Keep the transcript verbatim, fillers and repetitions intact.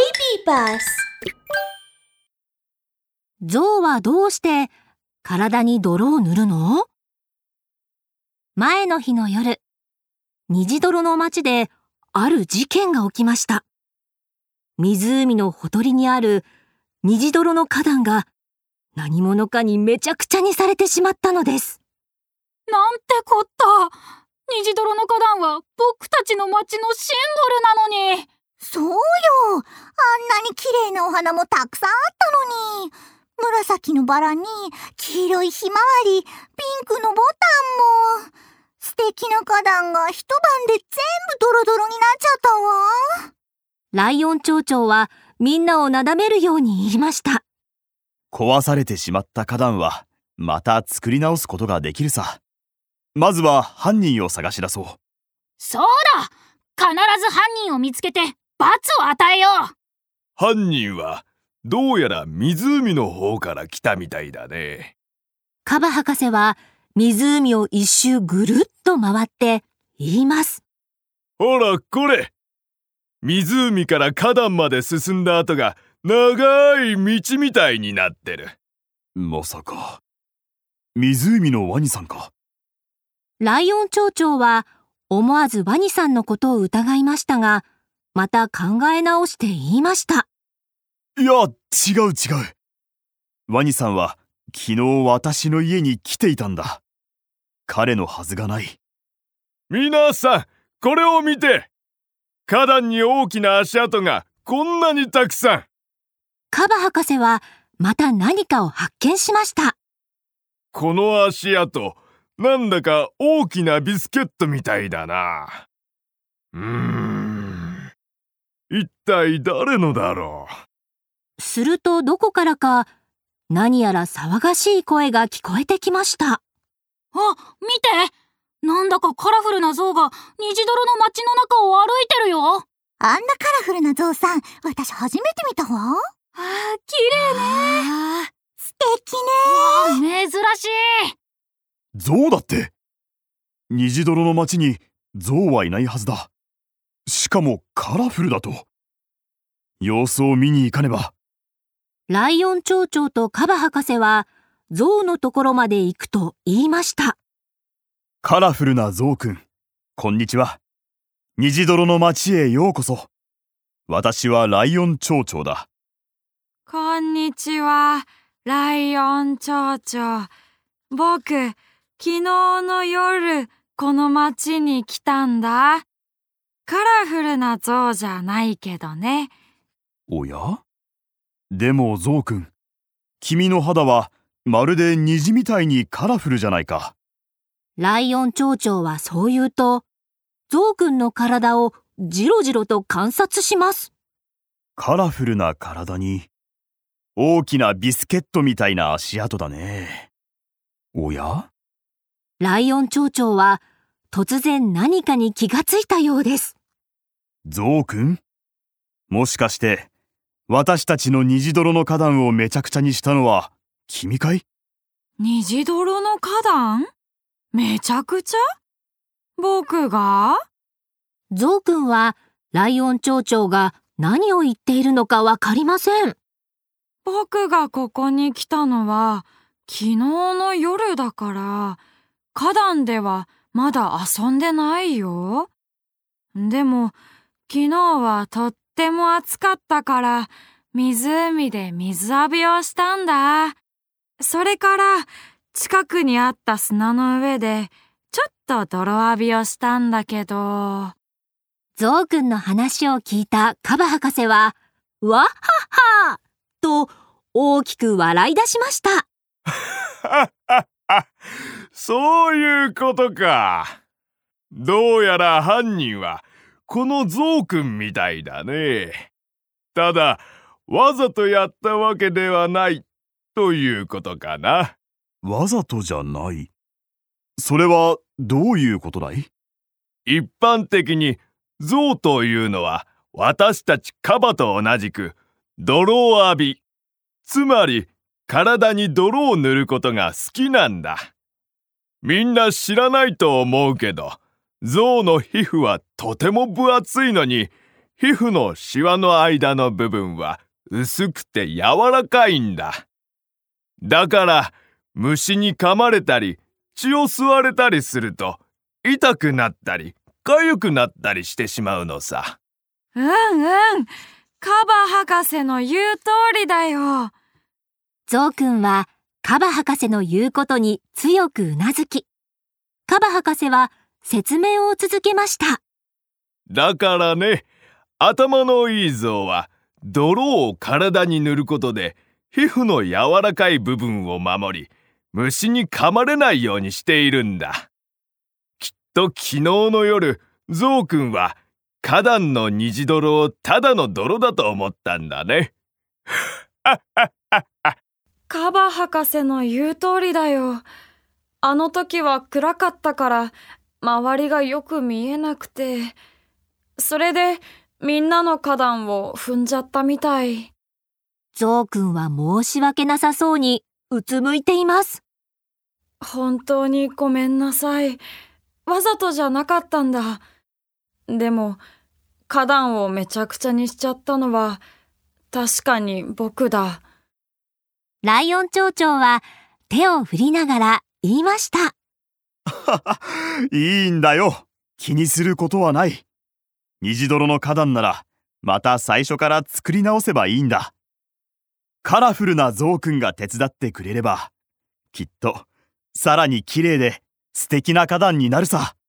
Baby Bus。 象はどうして体に泥を塗るの？前の日の夜、虹泥の町である事件が起きました。湖のほとりにある虹泥の花壇が何者かにめちゃくちゃにされてしまったのです。 なんてこった。虹泥の花壇は僕たちの町のシンボルなのに。 そうよ。あんなに綺麗なお花もたくさんあったのに。紫のバラに黄色いひまわり、ピンクのボタンも。素敵な花壇が一晩で全部ドロドロになっちゃったわ。 ライオン町長はみんなをなだめるように言いました。 壊されてしまった花壇はまた作り直すことができるさ。まずは犯人を探し出そう。 そうだ、必ず犯人を見つけて罰を与えよう。 犯人はどうやら湖の方から来たみたいだね。 カバ博士は湖を一周ぐるっと回って言います。 ほらこれ、湖から花壇まで進んだ跡が長い道みたいになってる。 まさか湖のワニさんか。 ライオン町長は思わずワニさんのことを疑いましたが、また考え直して言いました。 いや、違う違う。ワニさんは昨日私の家に来ていたんだ。彼のはずがない。 皆さん、これを見て。花壇に大きな足跡がこんなにたくさん。 カバ博士はまた何かを発見しました。 この足跡、なんだか大きなビスケットみたいだな。うーん、一体誰のだろう。するとどこからか何やら騒がしい声が聞こえてきました。 あ、見て、なんだかカラフルな象が虹泥の街の中を歩いてるよ。 あんなカラフルな象さん、私初めて見たわ。 あー、綺麗ね。 素敵ね。珍しい。 象だって。虹泥の町に象はいないはずだ。しかもカラフルだと。様子を見に行かねば。 ライオン町長とカバ博士は象のところまで行くと言いました。 カラフルな象くん、こんにちは。虹泥の町へようこそ。私はライオン町長だ。 こんにちは、ライオン町長。僕、昨日の夜、この町に来たんだ。カラフルな象じゃないけどね。 おや？でも象くん、君の肌はまるで虹みたいにカラフルじゃないか。 ライオン町長はそう言うと、象くんの体をじろじろと観察します。 カラフルな体に大きなビスケットみたいな足跡だね。おや？ ライオン町長は突然何かに気がついたようです。 象くん？もしかして私たちの虹泥の花壇をめちゃくちゃにしたのは君かい？ 虹泥の花壇？めちゃくちゃ？僕が？ 象くんはライオン町長が何を言っているのかわかりません。 僕がここに来たのは昨日の夜だから、花壇ではまだ遊んでないよ。でも昨日はとっても暑かったから湖で水浴びをしたんだ。それから近くにあった砂の上でちょっと泥浴びをしたんだけど。 象くんの話を聞いたカバ博士はわっはっはと大きく笑い出しました。 そういうことか。どうやら犯人はこの象くんみたいだね。ただわざとやったわけではないということかな。 わざとじゃない？それはどういうことだい？ 一般的に象というのは私たちカバと同じく泥を浴び、つまり体に泥を塗ることが好きなんだ。みんな知らないと思うけど、象の皮膚はとても分厚いのに皮膚のシワの間の部分は薄くて柔らかいんだ。だから虫に噛まれたり血を吸われたりすると痛くなったり痒くなったりしてしまうのさ。 うんうん。カバ博士の言う通りだよ。 ゾウくんはカバ博士の言うことに強くうなずき、カバ博士は説明を続けました。 だからね、頭のいいゾウは泥を体に塗ることで皮膚の柔らかい部分を守り、虫に噛まれないようにしているんだ。きっと昨日の夜、ゾウくんは花壇の虹泥をただの泥だと思ったんだね。 カバ博士の言う通りだよ。あの時は暗かったから周りがよく見えなくて、それでみんなの花壇を踏んじゃったみたい。 ゾウくんは申し訳なさそうにうつむいています。 本当にごめんなさい。わざとじゃなかったんだ。でも花壇をめちゃくちゃにしちゃったのは確かに僕だ。 ライオン町長は手を振りながら言いました。 いいんだよ。気にすることはない。虹泥の花壇ならまた最初から作り直せばいいんだ。カラフルなゾウくんが手伝ってくれれば、きっとさらに綺麗で素敵な花壇になるさ。